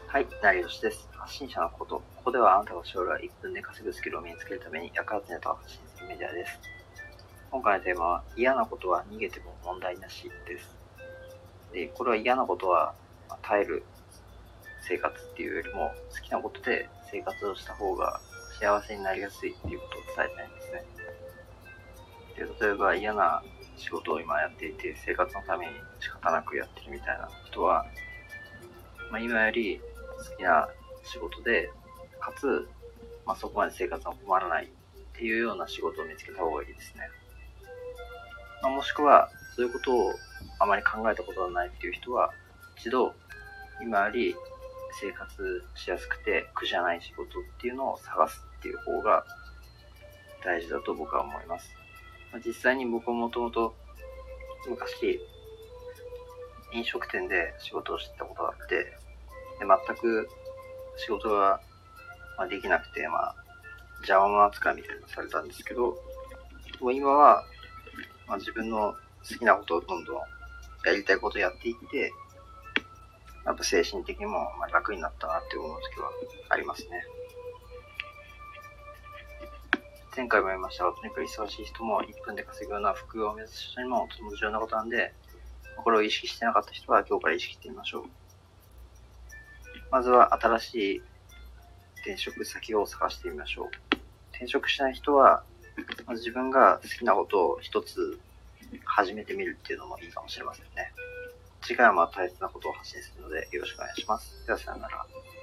はい、成吉です。発信者のこと。ここではあなたが将来1分で稼ぐスキルを身につけるために役立つネタを発信するメディアです。今回のテーマは、嫌なことは逃げても問題なしです。で、これは嫌なことは耐える生活っていうよりも、好きなことで生活をした方が幸せになりやすいっていうことを伝えたいんですね。で、例えば嫌な仕事を今やっていて、生活のために仕方なくやってるみたいな人は、今より好きな仕事で、かつ、そこまで生活が困らないっていうような仕事を見つけた方がいいですね。もしくは、そういうことをあまり考えたことがないっていう人は、一度、今より生活しやすくて苦じゃない仕事っていうのを探すっていう方が大事だと僕は思います。実際に僕ももともと昔、飲食店で仕事をしてたことがあって、で全く仕事ができなくて、邪魔者扱いみたいなのされたんですけど、今は、自分の好きなことをどんどんやりたいことをやっていって、やっぱ精神的にも楽になったなって思う時はありますね。前回も言いましたが、とにかく忙しい人も1分で稼ぐような副業を目指す人にもとても重要なことなんで、これを意識してなかった人は今日から意識してみましょう。まずは新しい転職先を探してみましょう。転職しない人は、自分が好きなことを一つ始めてみるっていうのもいいかもしれませんね。次回は大切なことを発信するのでよろしくお願いします。ではさよなら。